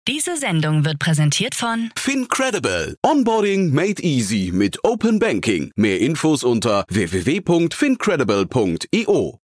Diese Sendung wird präsentiert von FinCredible. Onboarding made easy mit Open Banking. Mehr Infos unter www.fincredible.io.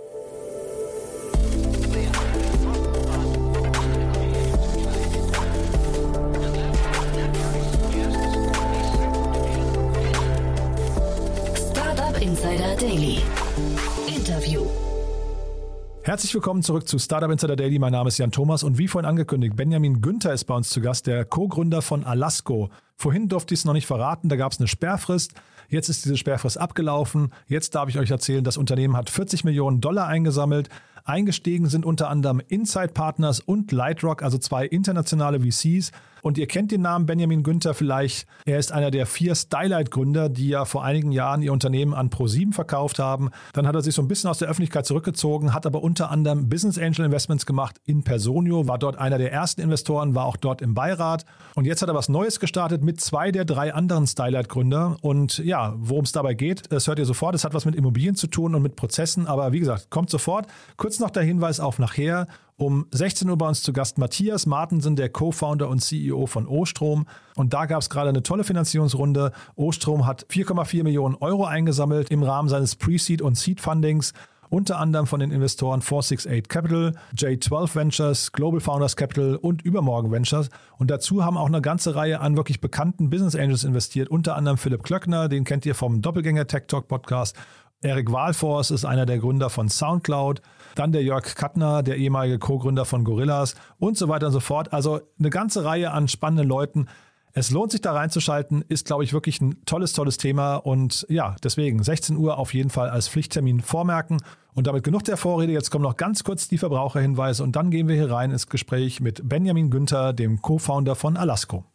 Startup Insider Daily. Interview. Herzlich willkommen zurück zu Startup Insider Daily. Mein Name ist Jan Thomas und wie vorhin angekündigt, Benjamin Günther ist bei uns zu Gast, der Co-Gründer von Alasko. Vorhin durfte ich es noch nicht verraten, da gab es eine Sperrfrist. Jetzt ist diese Sperrfrist abgelaufen. Jetzt darf ich euch erzählen, das Unternehmen hat $40 Millionen eingesammelt. Eingestiegen sind unter anderem Insight Partners und Lightrock, also zwei internationale VCs. Und ihr kennt den Namen Benjamin Günther vielleicht. Er ist einer der 4 Stylight-Gründer, die ja vor einigen Jahren ihr Unternehmen an ProSieben verkauft haben. Dann hat er sich so ein bisschen aus der Öffentlichkeit zurückgezogen, hat aber unter anderem Business Angel Investments gemacht in Personio, war dort einer der ersten Investoren, war auch dort im Beirat. Und jetzt hat er was Neues gestartet mit 2 der 3 anderen Stylight-Gründer. Und ja, worum es dabei geht, das hört ihr sofort. Es hat was mit Immobilien zu tun und mit Prozessen. Aber wie gesagt, kommt sofort. Kurz noch der Hinweis auf nachher. Um 16 Uhr bei uns zu Gast Matthias Martensen, der Co-Founder und CEO von Ostrom. Und da gab es gerade eine tolle Finanzierungsrunde. Ostrom hat 4,4 Millionen Euro eingesammelt im Rahmen seines Pre-Seed- und Seed-Fundings. Unter anderem von den Investoren 468 Capital, J12 Ventures, Global Founders Capital und Übermorgen Ventures. Und dazu haben auch eine ganze Reihe an wirklich bekannten Business Angels investiert. Unter anderem Philipp Klöckner, den kennt ihr vom Doppelgänger Tech Talk Podcast. Erik Walfors ist einer der Gründer von SoundCloud. Dann der Jörg Kattner, der ehemalige Co-Gründer von Gorillas und so weiter und so fort. Also eine ganze Reihe an spannenden Leuten. Es lohnt sich da reinzuschalten, ist, glaube ich, wirklich ein tolles Thema. Und ja, deswegen 16 Uhr auf jeden Fall als Pflichttermin vormerken. Und damit genug der Vorrede. Jetzt kommen noch ganz kurz die Verbraucherhinweise und dann gehen wir hier rein ins Gespräch mit Benjamin Günther, dem Co-Founder von Alasko.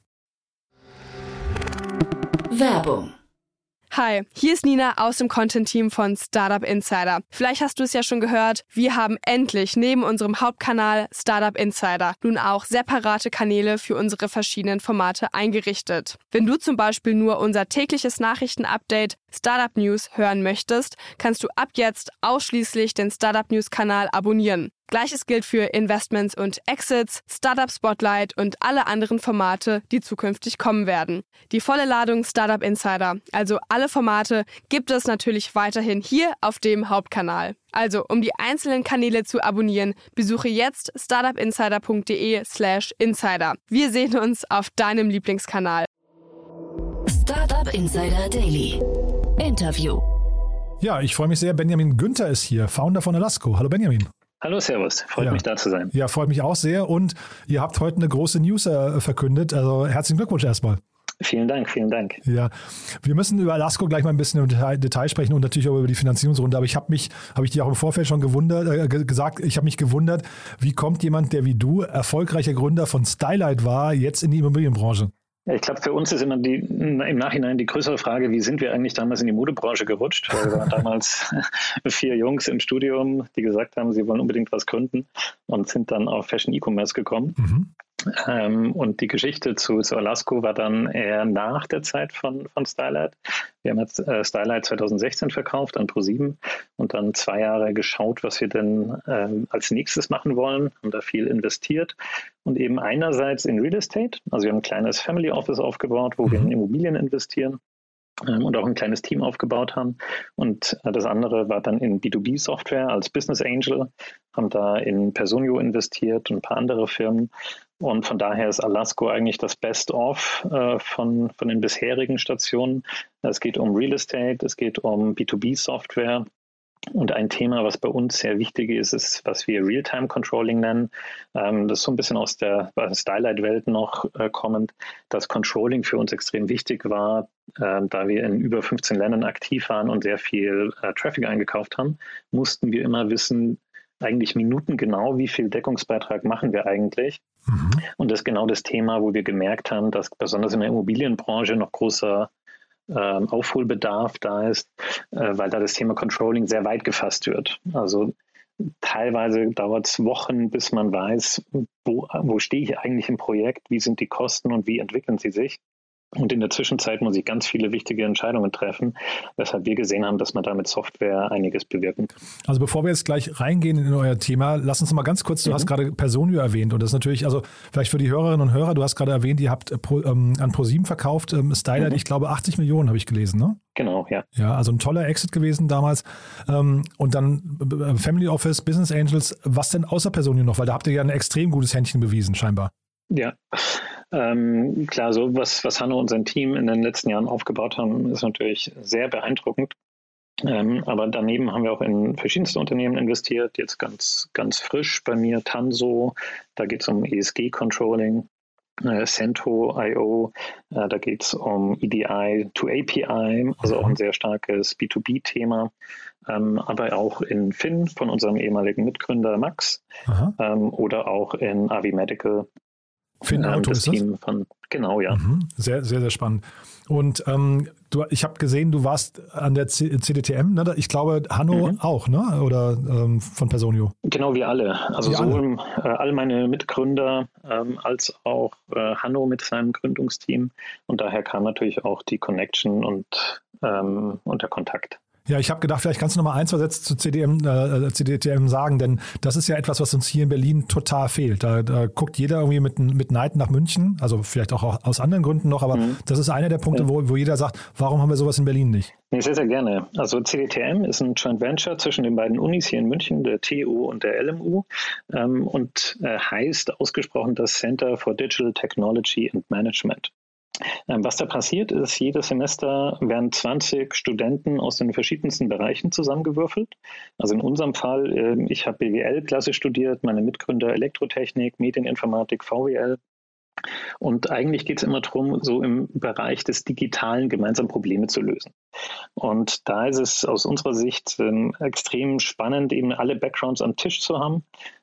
Werbung. Hi, hier ist Nina aus dem Content-Team von Startup Insider. Vielleicht hast du es ja schon gehört, wir haben endlich neben unserem Hauptkanal Startup Insider nun auch separate Kanäle für unsere verschiedenen Formate eingerichtet. Wenn du zum Beispiel nur unser tägliches Nachrichtenupdate Startup News hören möchtest, kannst du ab jetzt ausschließlich den Startup News-Kanal abonnieren. Gleiches gilt für Investments und Exits, Startup Spotlight und alle anderen Formate, die zukünftig kommen werden. Die volle Ladung Startup Insider, also alle Formate, gibt es natürlich weiterhin hier auf dem Hauptkanal. Also, um die einzelnen Kanäle zu abonnieren, besuche jetzt startupinsider.de/insider. Wir sehen uns auf deinem Lieblingskanal. Startup Insider Daily. Interview. Ja, ich freue mich sehr. Benjamin Günther ist hier, Founder von Alasko. Hallo Benjamin. Hallo, servus. Freut mich, da zu sein. Ja, freut mich auch sehr. Und ihr habt heute eine große News verkündet. Also herzlichen Glückwunsch erstmal. Vielen Dank. Ja, wir müssen über Alasko gleich mal ein bisschen im Detail sprechen und natürlich auch über die Finanzierungsrunde. Aber ich habe dir auch im Vorfeld schon gesagt, ich habe mich gewundert, wie kommt jemand, der wie du erfolgreicher Gründer von Stylight war, jetzt in die Immobilienbranche? Ich glaube, für uns ist immer im Nachhinein die größere Frage, wie sind wir eigentlich damals in die Modebranche gerutscht? Weil wir waren damals 4 Jungs im Studium, die gesagt haben, sie wollen unbedingt was gründen und sind dann auf Fashion E-Commerce gekommen. Mhm. Und die Geschichte zu Alasko war dann eher nach der Zeit von Stylight. Wir haben jetzt Stylight 2016 verkauft an ProSieben und dann 2 Jahre geschaut, was wir denn als nächstes machen wollen, haben da viel investiert und eben einerseits in Real Estate, also wir haben ein kleines Family Office aufgebaut, wo wir in Immobilien investieren und auch ein kleines Team aufgebaut haben. Und das andere war dann in B2B-Software als Business Angel, haben da in Personio investiert und ein paar andere Firmen. Und von daher ist Alasko eigentlich das Best-of von den bisherigen Stationen. Es geht um Real Estate, es geht um B2B-Software. Und ein Thema, was bei uns sehr wichtig ist, was wir Real-Time-Controlling nennen. Das ist so ein bisschen aus der Stylight-Welt noch kommend, dass Controlling für uns extrem wichtig war, da wir in über 15 Ländern aktiv waren und sehr viel Traffic eingekauft haben, mussten wir immer wissen, eigentlich minutengenau, wie viel Deckungsbeitrag machen wir eigentlich. Mhm. Und das ist genau das Thema, wo wir gemerkt haben, dass besonders in der Immobilienbranche noch großer Aufholbedarf da ist, weil da das Thema Controlling sehr weit gefasst wird. Also teilweise dauert es Wochen, bis man weiß, wo stehe ich eigentlich im Projekt, wie sind die Kosten und wie entwickeln sie sich. Und in der Zwischenzeit muss ich ganz viele wichtige Entscheidungen treffen, weshalb wir gesehen haben, dass man da mit Software einiges bewirken kann. Also bevor wir jetzt gleich reingehen in euer Thema, lass uns mal ganz kurz, du hast gerade Personio erwähnt und das ist natürlich, also vielleicht für die Hörerinnen und Hörer, du hast gerade erwähnt, ihr habt an ProSieben verkauft, Styler, ich glaube 80 Millionen habe ich gelesen, ne? Genau, ja. Ja, also ein toller Exit gewesen damals. Und dann Family Office, Business Angels, was denn außer Personio noch? Weil da habt ihr ja ein extrem gutes Händchen bewiesen, scheinbar. Ja, klar, so was Hanno und sein Team in den letzten Jahren aufgebaut haben, ist natürlich sehr beeindruckend. Aber daneben haben wir auch in verschiedenste Unternehmen investiert, jetzt ganz frisch bei mir Tanso, da geht es um ESG-Controlling, Cento.io, da geht es um EDI to API, also auch ein sehr starkes B2B-Thema, aber auch in Finn von unserem ehemaligen Mitgründer Max oder auch in Avi Medical. Finn Auto das ist das? Team von, genau, ja. Sehr, sehr, sehr spannend. Und ich habe gesehen, du warst an der CDTM, ne? Ich glaube, Hanno auch, ne? Oder von Personio? Genau, wir alle. Also sowohl all meine Mitgründer als auch Hanno mit seinem Gründungsteam. Und daher kam natürlich auch die Connection und der Kontakt. Ja, ich habe gedacht, vielleicht kannst du noch mal ein, zwei Sätze zu CDTM sagen, denn das ist ja etwas, was uns hier in Berlin total fehlt. Da guckt jeder irgendwie mit Neid nach München, also vielleicht auch aus anderen Gründen noch, aber das ist einer der Punkte, wo jeder sagt, warum haben wir sowas in Berlin nicht? Nee, sehr, sehr gerne. Also CDTM ist ein Joint Venture zwischen den beiden Unis hier in München, der TU und der LMU und heißt ausgesprochen das Center for Digital Technology and Management. Was da passiert ist, jedes Semester werden 20 Studenten aus den verschiedensten Bereichen zusammengewürfelt. Also in unserem Fall, ich habe BWL-Klasse studiert, meine Mitgründer Elektrotechnik, Medieninformatik, VWL. Und eigentlich geht es immer darum, so im Bereich des Digitalen gemeinsam Probleme zu lösen. Und da ist es aus unserer Sicht extrem spannend, eben alle Backgrounds am Tisch zu haben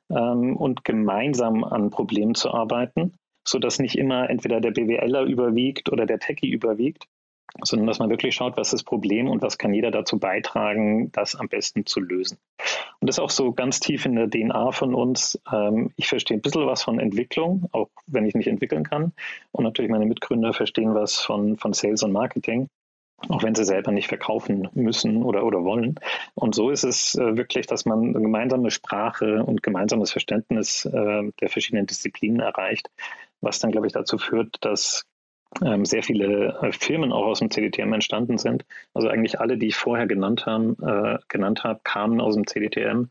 und gemeinsam an Problemen zu arbeiten, sodass nicht immer entweder der BWLer überwiegt oder der Techie überwiegt, sondern dass man wirklich schaut, was ist das Problem und was kann jeder dazu beitragen, das am besten zu lösen. Und das ist auch so ganz tief in der DNA von uns. Ich verstehe ein bisschen was von Entwicklung, auch wenn ich nicht entwickeln kann. Und natürlich meine Mitgründer verstehen was von Sales und Marketing, auch wenn sie selber nicht verkaufen müssen oder wollen. Und so ist es wirklich, dass man eine gemeinsame Sprache und gemeinsames Verständnis der verschiedenen Disziplinen erreicht, was dann, glaube ich, dazu führt, dass sehr viele Firmen auch aus dem CDTM entstanden sind. Also eigentlich alle, die ich vorher genannt habe, kamen aus dem CDTM,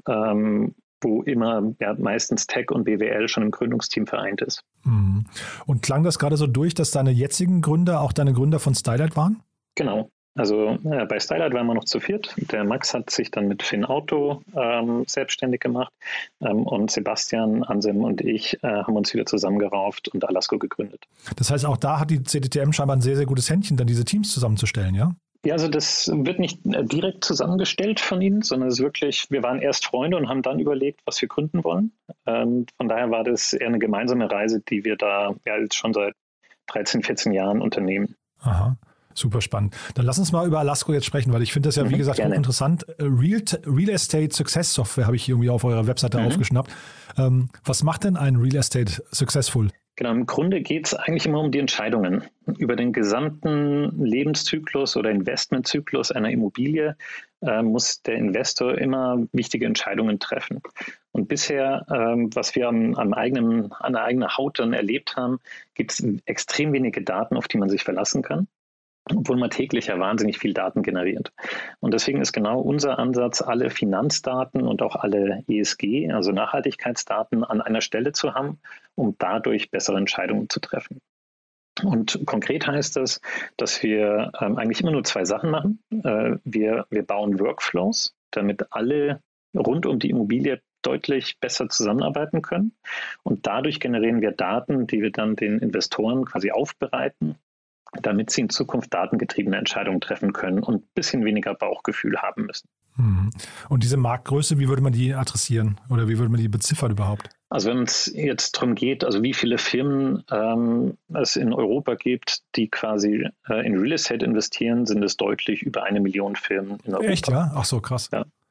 wo immer meistens Tech und BWL schon im Gründungsteam vereint ist. Und klang das gerade so durch, dass deine jetzigen Gründer auch deine Gründer von Stylight waren? Genau. Also bei Stylight waren wir noch zu viert. Der Max hat sich dann mit Finn Auto selbstständig gemacht und Sebastian, Ansem und ich haben uns wieder zusammengerauft und Alasco gegründet. Das heißt, auch da hat die CDTM scheinbar ein sehr, sehr gutes Händchen, dann diese Teams zusammenzustellen, ja? Ja, also das wird nicht direkt zusammengestellt von ihnen, sondern es ist wirklich, wir waren erst Freunde und haben dann überlegt, was wir gründen wollen. Von daher war das eher eine gemeinsame Reise, die wir da jetzt schon seit 13, 14 Jahren unternehmen. Aha. Super spannend. Dann lass uns mal über Alasco jetzt sprechen, weil ich finde das ja, wie gesagt, hochinteressant. Real Estate Success Software habe ich irgendwie auf eurer Webseite aufgeschnappt. Was macht denn ein Real Estate Successful? Genau, im Grunde geht es eigentlich immer um die Entscheidungen. Über den gesamten Lebenszyklus oder Investmentzyklus einer Immobilie muss der Investor immer wichtige Entscheidungen treffen. Und bisher, was wir an der eigenen Haut dann erlebt haben, gibt es extrem wenige Daten, auf die man sich verlassen kann, obwohl man täglich ja wahnsinnig viel Daten generiert. Und deswegen ist genau unser Ansatz, alle Finanzdaten und auch alle ESG, also Nachhaltigkeitsdaten, an einer Stelle zu haben, um dadurch bessere Entscheidungen zu treffen. Und konkret heißt das, dass wir eigentlich immer nur zwei Sachen machen. Wir bauen Workflows, damit alle rund um die Immobilie deutlich besser zusammenarbeiten können. Und dadurch generieren wir Daten, die wir dann den Investoren quasi aufbereiten, damit sie in Zukunft datengetriebene Entscheidungen treffen können und ein bisschen weniger Bauchgefühl haben müssen. Und diese Marktgröße, wie würde man die adressieren oder wie würde man die beziffern überhaupt? Also wenn es jetzt darum geht, also wie viele Firmen es in Europa gibt, die quasi in Real Estate investieren, sind es deutlich über 1 Million Firmen in Europa. Echt, ja? Ach so, krass. Ja.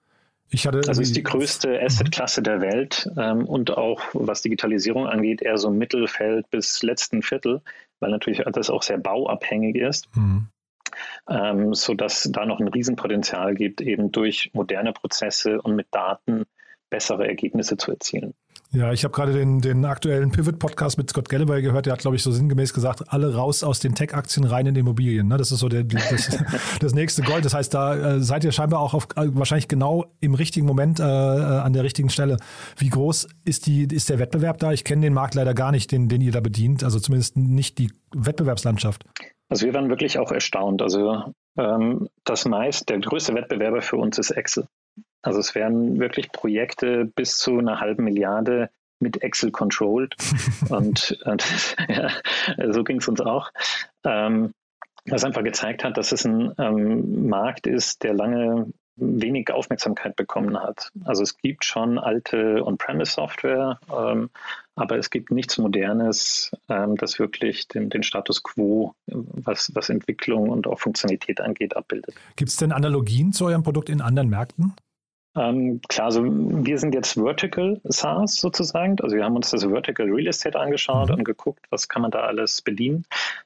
Das ist die größte Assetklasse der Welt und auch, was Digitalisierung angeht, eher so Mittelfeld bis letzten Viertel, weil natürlich das auch sehr bauabhängig ist, sodass da noch ein Riesenpotenzial gibt, eben durch moderne Prozesse und mit Daten bessere Ergebnisse zu erzielen. Ja, ich habe gerade den aktuellen Pivot-Podcast mit Scott Galloway gehört, der hat, glaube ich, so sinngemäß gesagt, alle raus aus den Tech-Aktien, rein in Immobilien. Ne? Das ist so das nächste Gold. Das heißt, da seid ihr scheinbar auch wahrscheinlich genau im richtigen Moment an der richtigen Stelle. Wie groß ist der Wettbewerb da? Ich kenne den Markt leider gar nicht, den ihr da bedient, also zumindest nicht die Wettbewerbslandschaft. Also wir waren wirklich auch erstaunt. Also der größte Wettbewerber für uns ist Excel. Also es werden wirklich Projekte bis zu 1,5 Milliarde mit Excel controlled. und ja, so ging es uns auch. Was einfach gezeigt hat, dass es ein Markt ist, der lange wenig Aufmerksamkeit bekommen hat. Also es gibt schon alte On-Premise-Software, aber es gibt nichts Modernes, das wirklich den Status quo, was Entwicklung und auch Funktionalität angeht, abbildet. Gibt es denn Analogien zu eurem Produkt in anderen Märkten? Klar, also wir sind jetzt Vertical SaaS sozusagen. Also wir haben uns das Vertical Real Estate angeschaut und geguckt, was kann man da alles bedienen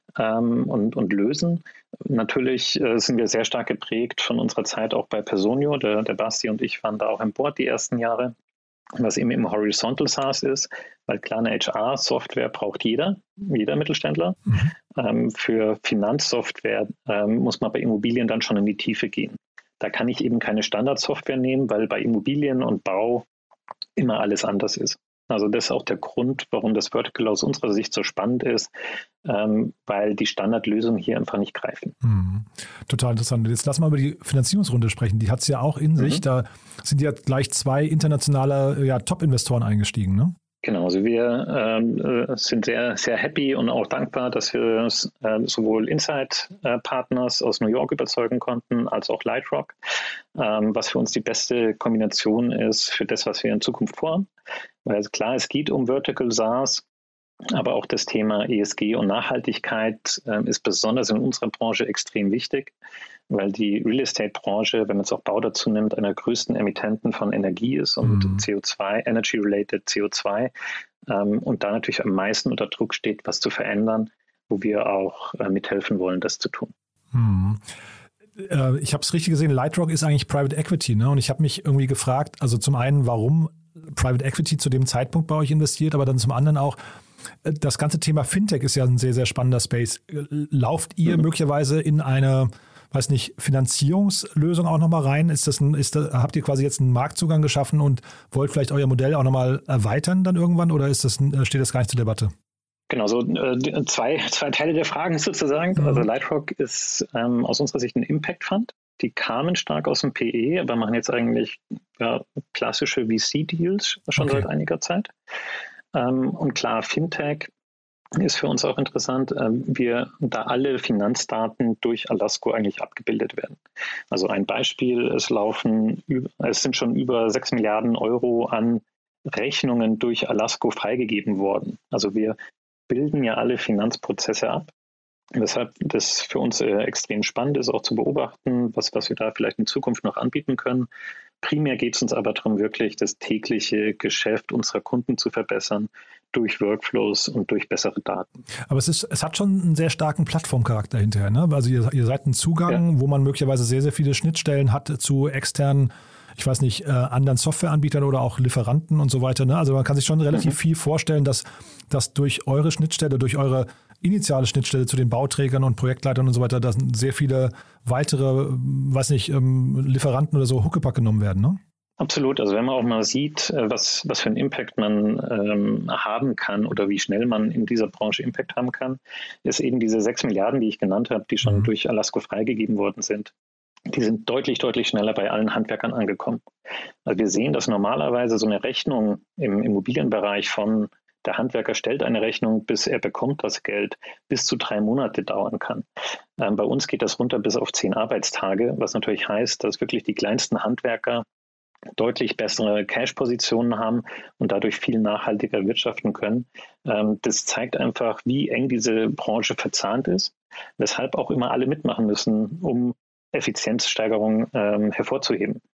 und lösen. Natürlich sind wir sehr stark geprägt von unserer Zeit auch bei Personio. Der Basti und ich waren da auch im Board die ersten Jahre, was eben im Horizontal SaaS ist, weil klar, eine HR-Software braucht jeder Mittelständler. Für Finanzsoftware muss man bei Immobilien dann schon in die Tiefe gehen. Da kann ich eben keine Standardsoftware nehmen, weil bei Immobilien und Bau immer alles anders ist. Also das ist auch der Grund, warum das Vertical aus unserer Sicht so spannend ist, weil die Standardlösungen hier einfach nicht greifen. Total interessant. Jetzt lass mal über die Finanzierungsrunde sprechen. Die hat es ja auch in sich. Da sind ja gleich 2 internationale Top-Investoren eingestiegen, ne? Genau, also wir sind sehr, sehr happy und auch dankbar, dass wir sowohl Inside-Partners aus New York überzeugen konnten, als auch Lightrock, was für uns die beste Kombination ist für das, was wir in Zukunft vorhaben. Weil klar, es geht um Vertical SaaS, aber auch das Thema ESG und Nachhaltigkeit ist besonders in unserer Branche extrem wichtig, weil die Real Estate-Branche, wenn man jetzt auch Bau dazu nimmt, einer der größten Emittenten von Energie ist und CO2, Energy-related CO2 und da natürlich am meisten unter Druck steht, was zu verändern, wo wir auch mithelfen wollen, das zu tun. Ich habe es richtig gesehen, Lightrock ist eigentlich Private Equity, ne? Und ich habe mich irgendwie gefragt, also zum einen, warum Private Equity zu dem Zeitpunkt bei euch investiert, aber dann zum anderen auch, das ganze Thema Fintech ist ja ein sehr, sehr spannender Space. Lauft ihr möglicherweise in eine, weiß nicht, Finanzierungslösung auch nochmal rein? Habt ihr quasi jetzt einen Marktzugang geschaffen und wollt vielleicht euer Modell auch nochmal erweitern dann irgendwann oder steht das gar nicht zur Debatte? Genau, so zwei Teile der Fragen sozusagen. Also Lightrock ist aus unserer Sicht ein Impact Fund. Die kamen stark aus dem PE, aber machen jetzt eigentlich klassische VC-Deals schon seit einiger Zeit. Und klar, Fintech ist für uns auch interessant, da alle Finanzdaten durch Alasco eigentlich abgebildet werden. Also ein Beispiel, es sind schon über 6 Milliarden Euro an Rechnungen durch Alasco freigegeben worden. Also wir bilden ja alle Finanzprozesse ab. Weshalb das für uns extrem spannend ist, auch zu beobachten, was wir da vielleicht in Zukunft noch anbieten können. Primär geht es uns aber darum, wirklich das tägliche Geschäft unserer Kunden zu verbessern durch Workflows und durch bessere Daten. Aber es hat schon einen sehr starken Plattformcharakter hinterher, ne? Also ihr seid ein Zugang, wo man möglicherweise sehr, sehr viele Schnittstellen hat zu externen, ich weiß nicht, anderen Softwareanbietern oder auch Lieferanten und so weiter, ne? Also man kann sich schon relativ viel vorstellen, dass durch eure Schnittstelle, durch eure initiale Schnittstelle zu den Bauträgern und Projektleitern und so weiter, da sehr viele weitere, Lieferanten oder so Huckepack genommen werden, ne? Absolut. Also wenn man auch mal sieht, was für einen Impact man haben kann oder wie schnell man in dieser Branche Impact haben kann, ist eben diese 6 Milliarden, die ich genannt habe, die schon durch Alasco freigegeben worden sind. Die sind deutlich, deutlich schneller bei allen Handwerkern angekommen. Also wir sehen, dass normalerweise so eine Rechnung im Immobilienbereich von der Handwerker stellt eine Rechnung, bis er bekommt das Geld, bis zu 3 Monate dauern kann. Bei uns geht das runter bis auf 10 Arbeitstage, was natürlich heißt, dass wirklich die kleinsten Handwerker deutlich bessere Cash-Positionen haben und dadurch viel nachhaltiger wirtschaften können. Das zeigt einfach, wie eng diese Branche verzahnt ist, weshalb auch immer alle mitmachen müssen, um Effizienzsteigerung hervorzuheben.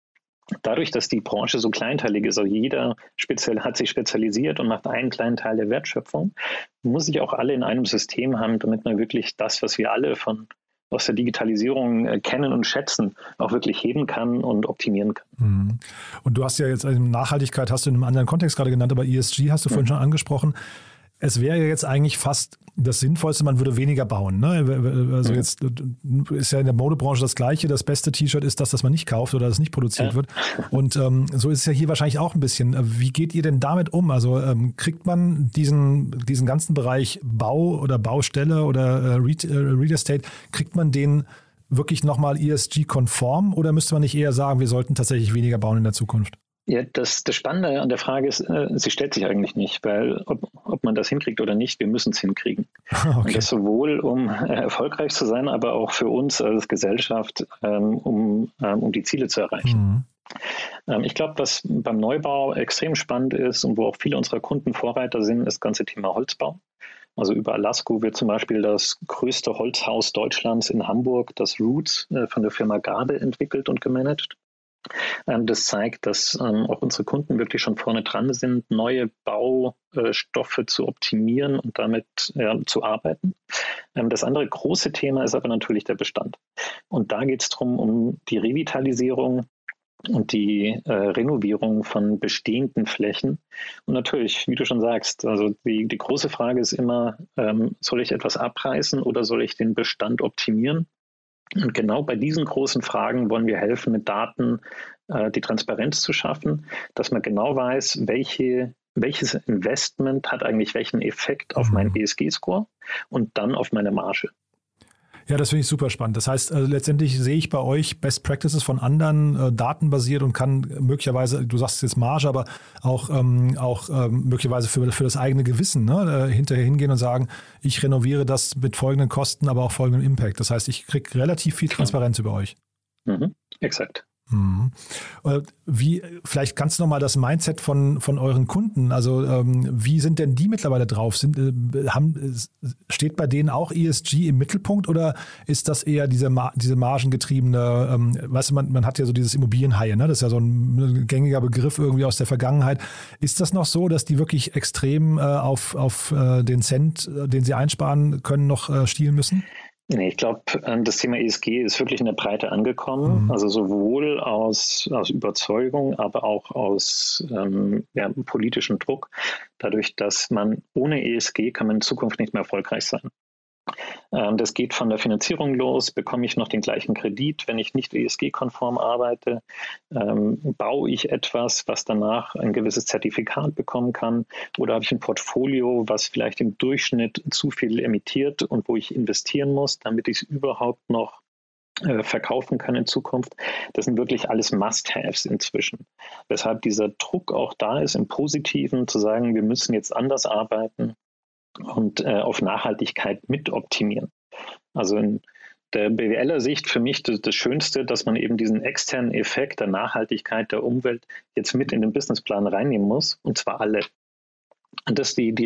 dadurch, dass die Branche so kleinteilig ist, also jeder hat sich spezialisiert und macht einen kleinen Teil der Wertschöpfung, muss ich auch alle in einem System haben, damit man wirklich das, was wir alle aus der Digitalisierung kennen und schätzen, auch wirklich heben kann und optimieren kann. Und du hast ja jetzt Nachhaltigkeit, hast du in einem anderen Kontext gerade genannt, aber ESG hast du vorhin schon angesprochen. Es wäre ja jetzt eigentlich fast das Sinnvollste, man würde weniger bauen. Ne? Also jetzt ist ja in der Modebranche das Gleiche. Das beste T-Shirt ist das man nicht kauft oder das nicht produziert wird. Und so ist es ja hier wahrscheinlich auch ein bisschen. Wie geht ihr denn damit um? Also kriegt man diesen ganzen Bereich Bau oder Baustelle oder Real Estate, kriegt man den wirklich nochmal ESG-konform oder müsste man nicht eher sagen, wir sollten tatsächlich weniger bauen in der Zukunft? Ja, das Spannende an der Frage ist, sie stellt sich eigentlich nicht, weil ob man das hinkriegt oder nicht, wir müssen es hinkriegen. Okay. Und das sowohl, um erfolgreich zu sein, aber auch für uns als Gesellschaft, um die Ziele zu erreichen. Ich glaube, was beim Neubau extrem spannend ist und wo auch viele unserer Kunden Vorreiter sind, ist das ganze Thema Holzbau. Also über Alasco wird zum Beispiel das größte Holzhaus Deutschlands in Hamburg, das Roots, von der Firma Garde entwickelt und gemanagt. Das zeigt, dass auch unsere Kunden wirklich schon vorne dran sind, neue Baustoffe zu optimieren und damit zu arbeiten. Das andere große Thema ist aber natürlich der Bestand. Und da geht es darum, um die Revitalisierung und die Renovierung von bestehenden Flächen. Und natürlich, wie du schon sagst, also die große Frage ist immer, soll ich etwas abreißen oder soll ich den Bestand optimieren? Und genau bei diesen großen Fragen wollen wir helfen, mit Daten die Transparenz zu schaffen, dass man genau weiß, welches Investment hat eigentlich welchen Effekt auf meinen ESG-Score und dann auf meine Marge. Ja, das finde ich super spannend. Das heißt, letztendlich sehe ich bei euch Best Practices von anderen datenbasiert und kann möglicherweise, du sagst jetzt Marge, aber auch möglicherweise für das eigene Gewissen hinterher hingehen und sagen, ich renoviere das mit folgenden Kosten, aber auch folgendem Impact. Das heißt, ich kriege relativ viel Transparenz über euch. Exakt. Vielleicht kannst du noch mal das Mindset von euren Kunden, also wie sind denn die mittlerweile drauf? Steht bei denen auch ESG im Mittelpunkt oder ist das eher diese margengetriebene, weißt du, man hat ja so dieses Immobilienhaie, ne? Das ist ja so ein gängiger Begriff irgendwie aus der Vergangenheit. Ist das noch so, dass die wirklich extrem auf den Cent, den sie einsparen können, noch stielen müssen? Nee, ich glaube, das Thema ESG ist wirklich in der Breite angekommen, also sowohl aus Überzeugung, aber auch aus politischem Druck. Dadurch, dass man ohne ESG kann man in Zukunft nicht mehr erfolgreich sein. Das geht von der Finanzierung los, bekomme ich noch den gleichen Kredit, wenn ich nicht ESG-konform arbeite, baue ich etwas, was danach ein gewisses Zertifikat bekommen kann oder habe ich ein Portfolio, was vielleicht im Durchschnitt zu viel emittiert und wo ich investieren muss, damit ich es überhaupt noch verkaufen kann in Zukunft. Das sind wirklich alles Must-Haves inzwischen. Weshalb dieser Druck auch da ist, im Positiven zu sagen, wir müssen jetzt anders arbeiten und auf Nachhaltigkeit mit optimieren. Also in der BWLer-Sicht für mich das Schönste, dass man eben diesen externen Effekt der Nachhaltigkeit der Umwelt jetzt mit in den Businessplan reinnehmen muss, und zwar alle. Und das ist die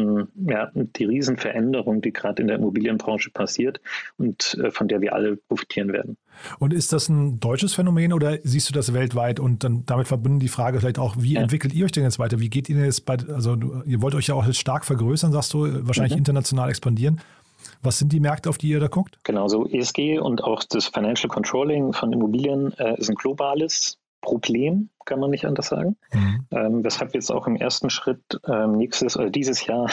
Riesenveränderung, die gerade in der Immobilienbranche passiert und von der wir alle profitieren werden. Und ist das ein deutsches Phänomen oder siehst du das weltweit? Und dann damit verbunden die Frage vielleicht auch, wie entwickelt ihr euch denn jetzt weiter? Wie geht ihr jetzt ihr wollt euch ja auch jetzt stark vergrößern, sagst du, wahrscheinlich international expandieren. Was sind die Märkte, auf die ihr da guckt? Genau, so ESG und auch das Financial Controlling von Immobilien ist ein globales Problem, kann man nicht anders sagen. Weshalb wir jetzt auch im ersten Schritt dieses Jahr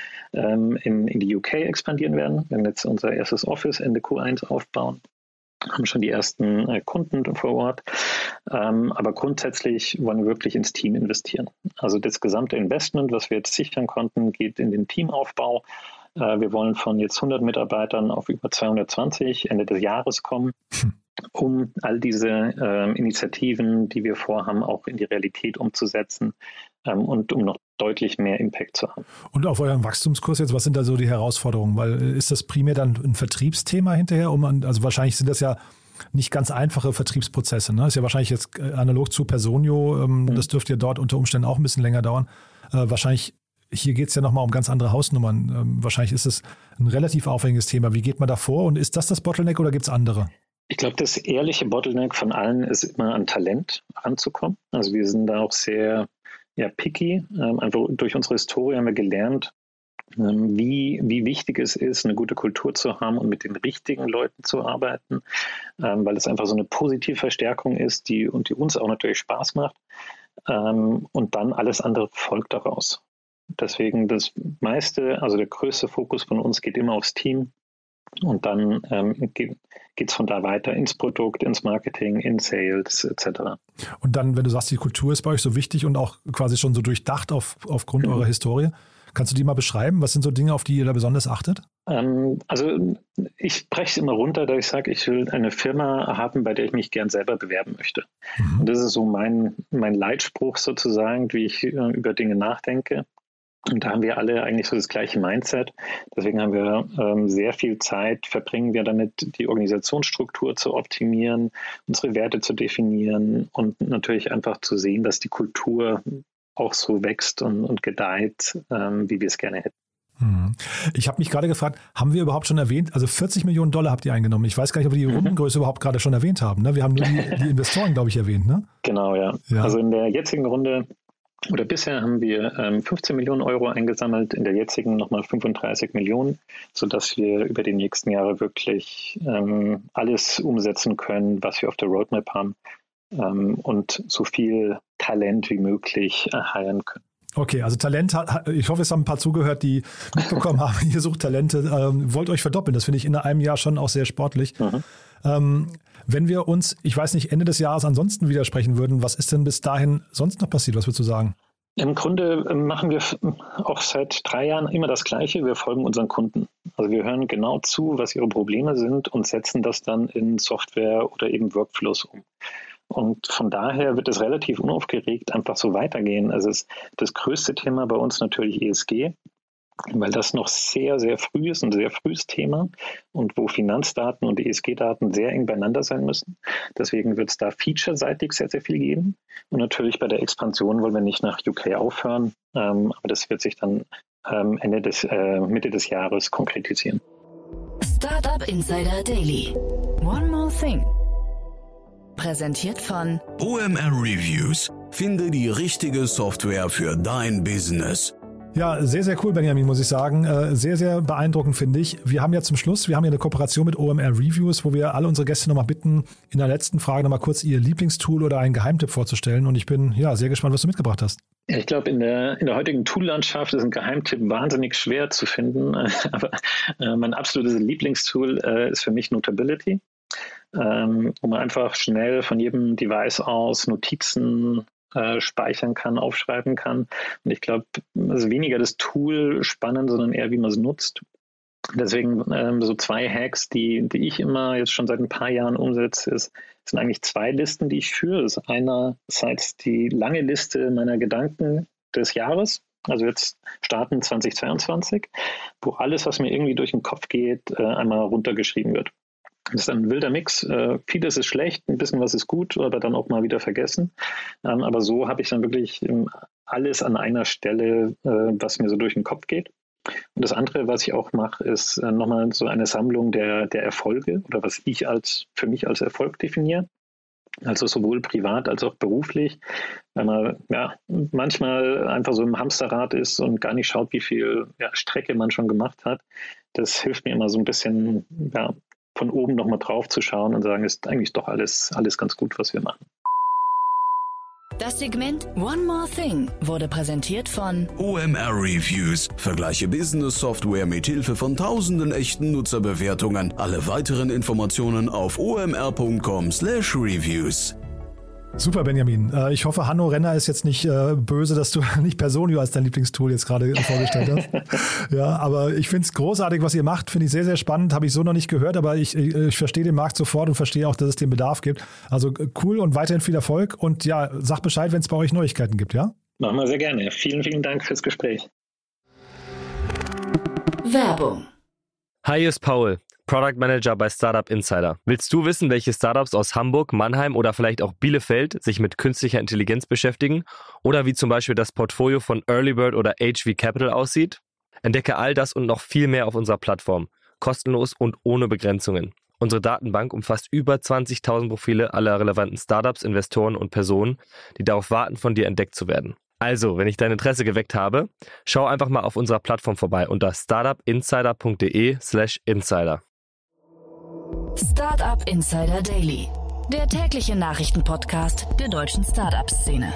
in die UK expandieren werden. Wir werden jetzt unser erstes Office Ende Q1 aufbauen, haben schon die ersten Kunden vor Ort. Aber grundsätzlich wollen wir wirklich ins Team investieren. Also das gesamte Investment, was wir jetzt sichern konnten, geht in den Teamaufbau. Wir wollen von jetzt 100 Mitarbeitern auf über 220 Ende des Jahres kommen, um all diese Initiativen, die wir vorhaben, auch in die Realität umzusetzen und um noch deutlich mehr Impact zu haben. Und auf eurem Wachstumskurs jetzt, was sind da so die Herausforderungen? Weil ist das primär dann ein Vertriebsthema hinterher? Also wahrscheinlich sind das ja nicht ganz einfache Vertriebsprozesse. Ne? Das ist ja wahrscheinlich jetzt analog zu Personio. Das dürfte ja dort unter Umständen auch ein bisschen länger dauern. Wahrscheinlich hier geht es ja nochmal um ganz andere Hausnummern. Wahrscheinlich ist es ein relativ aufwendiges Thema. Wie geht man da vor und ist das Bottleneck oder gibt es andere? Ich glaube, das ehrliche Bottleneck von allen ist immer an Talent ranzukommen. Also wir sind da auch sehr picky. Einfach durch unsere Historie haben wir gelernt, wie wichtig es ist, eine gute Kultur zu haben und mit den richtigen Leuten zu arbeiten, weil es einfach so eine positive Verstärkung ist, die uns auch natürlich Spaß macht. Und dann alles andere folgt daraus. Deswegen das meiste, also der größte Fokus von uns geht immer aufs Team. Und dann geht es von da weiter ins Produkt, ins Marketing, in Sales etc. Und dann, wenn du sagst, die Kultur ist bei euch so wichtig und auch quasi schon so durchdacht aufgrund eurer Historie, kannst du die mal beschreiben? Was sind so Dinge, auf die ihr da besonders achtet? Also ich breche es immer runter, da ich sage, ich will eine Firma haben, bei der ich mich gern selber bewerben möchte. Und das ist so mein Leitspruch sozusagen, wie ich über Dinge nachdenke. Und da haben wir alle eigentlich so das gleiche Mindset. Deswegen haben wir sehr viel Zeit, verbringen wir damit, die Organisationsstruktur zu optimieren, unsere Werte zu definieren und natürlich einfach zu sehen, dass die Kultur auch so wächst und gedeiht, wie wir es gerne hätten. Ich habe mich gerade gefragt, haben wir überhaupt schon erwähnt, also $40 Millionen habt ihr eingenommen. Ich weiß gar nicht, ob wir die Rundengröße überhaupt gerade schon erwähnt haben. Ne? Wir haben nur die Investoren, glaube ich, erwähnt. Ne? Genau, ja. Also in der jetzigen Runde oder bisher haben wir 15 Millionen Euro eingesammelt, in der jetzigen nochmal 35 Millionen, sodass wir über die nächsten Jahre wirklich alles umsetzen können, was wir auf der Roadmap haben und so viel Talent wie möglich hiren können. Okay, also Talent, ich hoffe, es haben ein paar zugehört, die mitbekommen haben, ihr sucht Talente, wollt euch verdoppeln. Das finde ich in einem Jahr schon auch sehr sportlich. Wenn wir uns, ich weiß nicht, Ende des Jahres ansonsten widersprechen würden, was ist denn bis dahin sonst noch passiert? Was würdest du sagen? Im Grunde machen wir auch seit 3 Jahren immer das Gleiche. Wir folgen unseren Kunden. Also wir hören genau zu, was ihre Probleme sind und setzen das dann in Software oder eben Workflows um. Und von daher wird es relativ unaufgeregt einfach so weitergehen. Also das größte Thema bei uns natürlich ESG, weil das noch sehr, sehr früh ist, ein sehr frühes Thema und wo Finanzdaten und ESG-Daten sehr eng beieinander sein müssen. Deswegen wird es da featureseitig sehr, sehr viel geben. Und natürlich bei der Expansion wollen wir nicht nach UK aufhören, aber das wird sich dann Mitte des Jahres konkretisieren. Startup Insider Daily. One more thing. Präsentiert von OMR Reviews. Finde die richtige Software für dein Business. Ja, sehr, sehr cool, Benjamin, muss ich sagen. Sehr, sehr beeindruckend, finde ich. Wir haben ja zum Schluss, wir haben ja eine Kooperation mit OMR Reviews, wo wir alle unsere Gäste nochmal bitten, in der letzten Frage nochmal kurz ihr Lieblingstool oder einen Geheimtipp vorzustellen. Und ich bin sehr gespannt, was du mitgebracht hast. Ja, ich glaube, in der heutigen Tool-Landschaft ist ein Geheimtipp wahnsinnig schwer zu finden. Aber mein absolutes Lieblingstool ist für mich Notability, wo man einfach schnell von jedem Device aus Notizen speichern kann, aufschreiben kann. Und ich glaube, es ist weniger das Tool spannend, sondern eher, wie man es nutzt. Deswegen so 2 Hacks, die ich immer jetzt schon seit ein paar Jahren umsetze, sind eigentlich 2 Listen, die ich führe. Das ist einerseits die lange Liste meiner Gedanken des Jahres, also jetzt starten 2022, wo alles, was mir irgendwie durch den Kopf geht, einmal runtergeschrieben wird. Das ist ein wilder Mix. Vieles ist schlecht, ein bisschen was ist gut, aber dann auch mal wieder vergessen. Aber so habe ich dann wirklich alles an einer Stelle, was mir so durch den Kopf geht. Und das andere, was ich auch mache, ist nochmal so eine Sammlung der Erfolge oder was ich für mich als Erfolg definiere. Also sowohl privat als auch beruflich, weil man manchmal einfach so im Hamsterrad ist und gar nicht schaut, wie viel Strecke man schon gemacht hat. Das hilft mir immer so ein bisschen, von oben nochmal drauf zu schauen und sagen, ist eigentlich doch alles ganz gut, was wir machen. Das Segment One More Thing wurde präsentiert von OMR Reviews. Vergleiche Business-Software mit Hilfe von tausenden echten Nutzerbewertungen. Alle weiteren Informationen auf omr.com/reviews. Super, Benjamin. Ich hoffe, Hanno Renner ist jetzt nicht böse, dass du nicht Personio als dein Lieblingstool jetzt gerade vorgestellt hast. Ja, aber ich finde es großartig, was ihr macht. Finde ich sehr, sehr spannend. Habe ich so noch nicht gehört, aber ich verstehe den Markt sofort und verstehe auch, dass es den Bedarf gibt. Also cool und weiterhin viel Erfolg. Und sag Bescheid, wenn es bei euch Neuigkeiten gibt, ja? Machen wir sehr gerne. Vielen, vielen Dank fürs Gespräch. Werbung. Hi, hier ist Paul, Product Manager bei Startup Insider. Willst du wissen, welche Startups aus Hamburg, Mannheim oder vielleicht auch Bielefeld sich mit künstlicher Intelligenz beschäftigen? Oder wie zum Beispiel das Portfolio von Earlybird oder HV Capital aussieht? Entdecke all das und noch viel mehr auf unserer Plattform. Kostenlos und ohne Begrenzungen. Unsere Datenbank umfasst über 20.000 Profile aller relevanten Startups, Investoren und Personen, die darauf warten, von dir entdeckt zu werden. Also, wenn ich dein Interesse geweckt habe, schau einfach mal auf unserer Plattform vorbei unter startupinsider.de/insider. Startup Insider Daily, der tägliche Nachrichtenpodcast der deutschen Startup-Szene.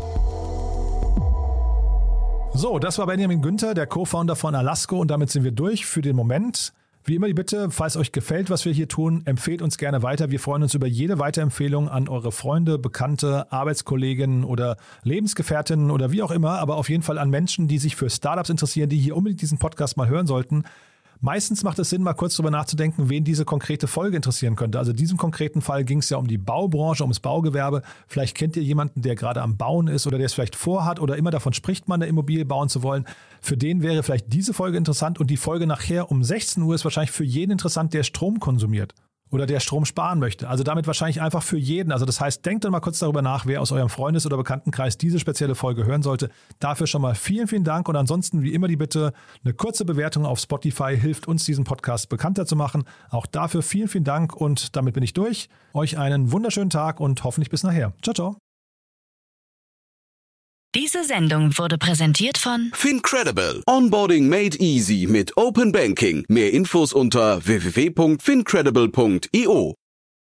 So, das war Benjamin Günther, der Co-Founder von Alasco, und damit sind wir durch für den Moment. Wie immer die Bitte, falls euch gefällt, was wir hier tun, empfehlt uns gerne weiter. Wir freuen uns über jede Weiterempfehlung an eure Freunde, Bekannte, Arbeitskolleginnen oder Lebensgefährtinnen oder wie auch immer, aber auf jeden Fall an Menschen, die sich für Startups interessieren, die hier unbedingt diesen Podcast mal hören sollten. Meistens macht es Sinn, mal kurz darüber nachzudenken, wen diese konkrete Folge interessieren könnte. Also in diesem konkreten Fall ging es ja um die Baubranche, ums Baugewerbe. Vielleicht kennt ihr jemanden, der gerade am Bauen ist oder der es vielleicht vorhat oder immer davon spricht, mal eine Immobilie bauen zu wollen. Für den wäre vielleicht diese Folge interessant, und die Folge nachher um 16 Uhr ist wahrscheinlich für jeden interessant, der Strom konsumiert oder der Strom sparen möchte. Also damit wahrscheinlich einfach für jeden. Also das heißt, denkt dann mal kurz darüber nach, wer aus eurem Freundes- oder Bekanntenkreis diese spezielle Folge hören sollte. Dafür schon mal vielen, vielen Dank, und ansonsten wie immer die Bitte, eine kurze Bewertung auf Spotify hilft uns, diesen Podcast bekannter zu machen. Auch dafür vielen, vielen Dank, und damit bin ich durch. Euch einen wunderschönen Tag und hoffentlich bis nachher. Ciao, ciao. Diese Sendung wurde präsentiert von Fincredible. Onboarding made easy mit Open Banking. Mehr Infos unter www.fincredible.io.